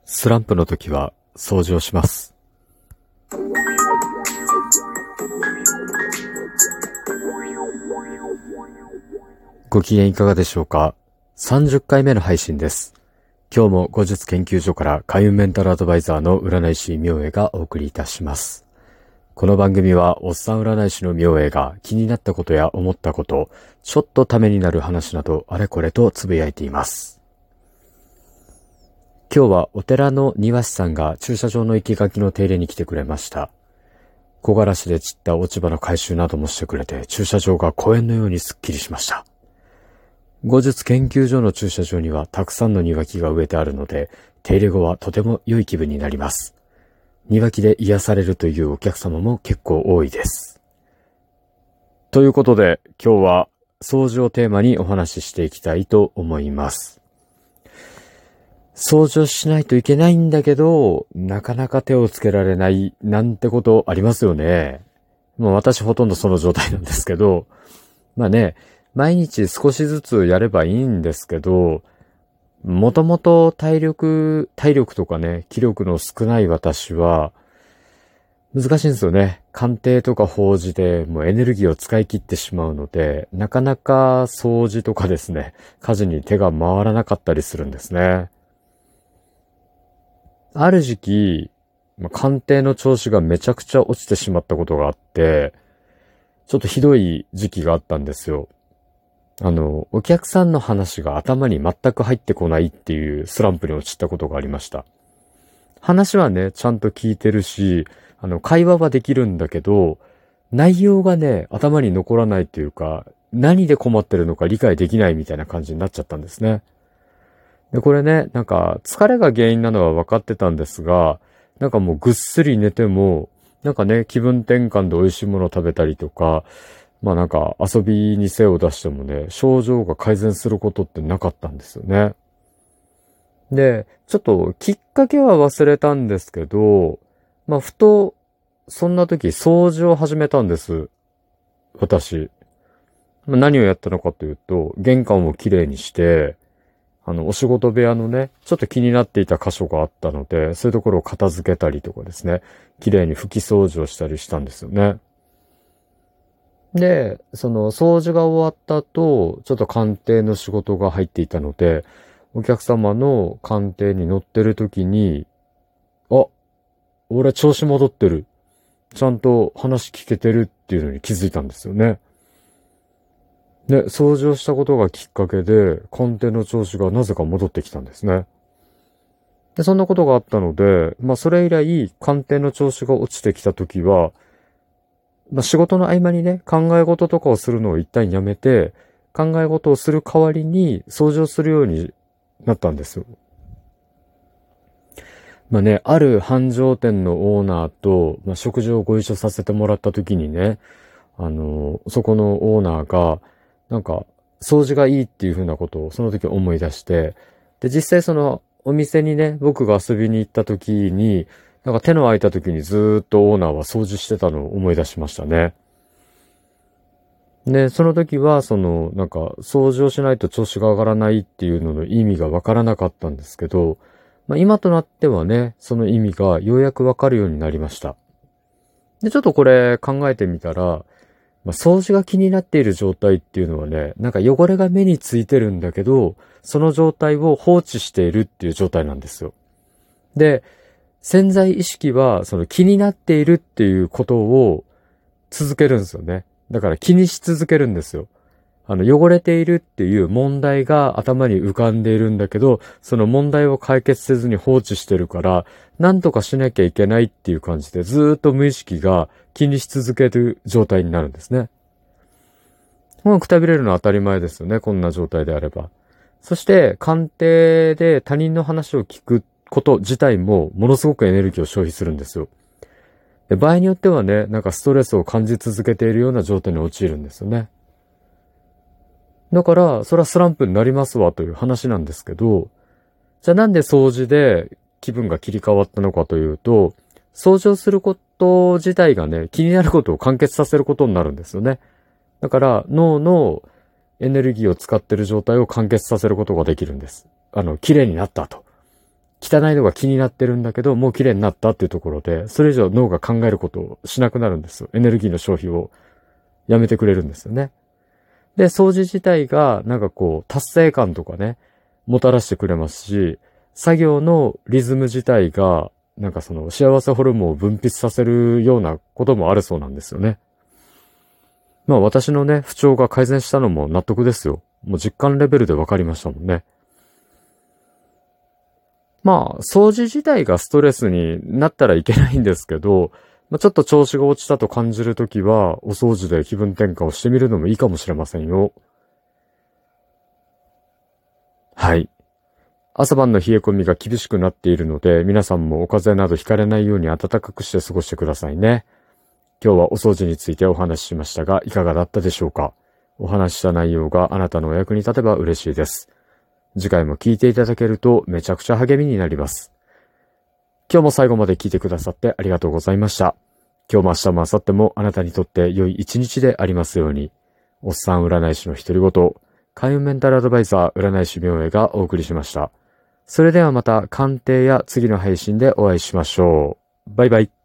スランプの時は掃除をします。ご機嫌いかがでしょうか。30回目の配信です。今日も後日研究所から開運メンタルアドバイザーの占い師明恵がお送りいたします。この番組はおっさん占い師の明恵が気になったことや思ったこと、ちょっとためになる話などあれこれとつぶやいています。今日はお寺の庭師さんが駐車場の生垣の手入れに来てくれました。木枯らしで散った落ち葉の回収などもしてくれて、駐車場が公園のようにすっきりしました。後日研究所の駐車場にはたくさんの庭木が植えてあるので、手入れ後はとても良い気分になります。庭木で癒されるというお客様も結構多いです。ということで、今日は掃除をテーマにお話ししていきたいと思います。掃除をしないといけないんだけど、なかなか手をつけられないなんてことありますよね。もう私ほとんどその状態なんですけど、まあね、毎日少しずつやればいいんですけど、もともと体力とかね、気力の少ない私は、難しいんですよね。鑑定とか法事でもうエネルギーを使い切ってしまうので、なかなか掃除とかですね、家事に手が回らなかったりするんですね。ある時期、鑑定の調子がめちゃくちゃ落ちてしまったことがあって、ちょっとひどい時期があったんですよ。お客さんの話が頭に全く入ってこないっていうスランプに陥ったことがありました。話はね、ちゃんと聞いてるし、会話はできるんだけど、内容がね、頭に残らないというか、何で困ってるのか理解できないみたいな感じになっちゃったんですね。で、これね、疲れが原因なのは分かってたんですが、もうぐっすり寝ても、気分転換で美味しいものを食べたりとか、遊びに精を出してもね、症状が改善することってなかったんですよね。で、ちょっときっかけは忘れたんですけど、ふと、そんな時掃除を始めたんです。私。何をやったのかというと、玄関をきれいにして、お仕事部屋のね、ちょっと気になっていた箇所があったので、そういうところを片付けたりとかですね、綺麗に拭き掃除をしたりしたんですよね。で、その掃除が終わった後、ちょっと鑑定の仕事が入っていたので、お客様の鑑定に乗ってる時に、あ、俺調子戻ってる。ちゃんと話聞けてるっていうのに気づいたんですよね。で、掃除をしたことがきっかけで、鑑定の調子がなぜか戻ってきたんですね。で、そんなことがあったので、それ以来、鑑定の調子が落ちてきたときは、仕事の合間にね、考え事とかをするのを一旦やめて、考え事をする代わりに、掃除をするようになったんですよ。ある繁盛店のオーナーと、食事をご一緒させてもらったときにね、そこのオーナーが、掃除がいいっていうふうなことをその時思い出して、で、実際そのお店にね、僕が遊びに行った時に、手の空いた時にずーっとオーナーは掃除してたのを思い出しましたね。で、その時は、掃除をしないと調子が上がらないっていうのの意味がわからなかったんですけど、今となってはね、その意味がようやくわかるようになりました。で、ちょっとこれ考えてみたら、掃除が気になっている状態っていうのはね、汚れが目についてるんだけど、その状態を放置しているっていう状態なんですよ。で、潜在意識はその気になっているっていうことを続けるんですよね。だから気にし続けるんですよ。汚れているっていう問題が頭に浮かんでいるんだけど、その問題を解決せずに放置してるから、なんとかしなきゃいけないっていう感じで、ずーっと無意識が気にし続ける状態になるんですね。くたびれるのは当たり前ですよね、こんな状態であれば。そして、鑑定で他人の話を聞くこと自体も、ものすごくエネルギーを消費するんですよ。で、場合によってはね、ストレスを感じ続けているような状態に陥るんですよね。だから、それはスランプになりますわという話なんですけど、じゃあなんで掃除で気分が切り替わったのかというと、掃除をすること自体がね、気になることを完結させることになるんですよね。だから、脳のエネルギーを使っている状態を完結させることができるんです。綺麗になったと。 汚いのが気になってるんだけど、もう綺麗になったっていうところで、それ以上脳が考えることをしなくなるんですよ。エネルギーの消費をやめてくれるんですよね。で、掃除自体がなんかこう、達成感とかね、もたらしてくれますし、作業のリズム自体が、なんかその幸せホルモンを分泌させるようなこともあるそうなんですよね。まあ私のね、不調が改善したのも納得ですよ。もう実感レベルで分かりましたもんね。まあ、掃除自体がストレスになったらいけないんですけど、まあ、ちょっと調子が落ちたと感じるときは、お掃除で気分転換をしてみるのもいいかもしれませんよ。はい。朝晩の冷え込みが厳しくなっているので、皆さんもお風邪などひかれないように暖かくして過ごしてくださいね。今日はお掃除についてお話ししましたが、いかがだったでしょうか？お話しした内容があなたのお役に立てば嬉しいです。次回も聞いていただけるとめちゃくちゃ励みになります。今日も最後まで聞いてくださってありがとうございました。今日も明日も明後日もあなたにとって良い一日でありますように。おっさん占い師の独り言、開運メンタルアドバイザー占い師明恵がお送りしました。それではまた鑑定や次の配信でお会いしましょう。バイバイ。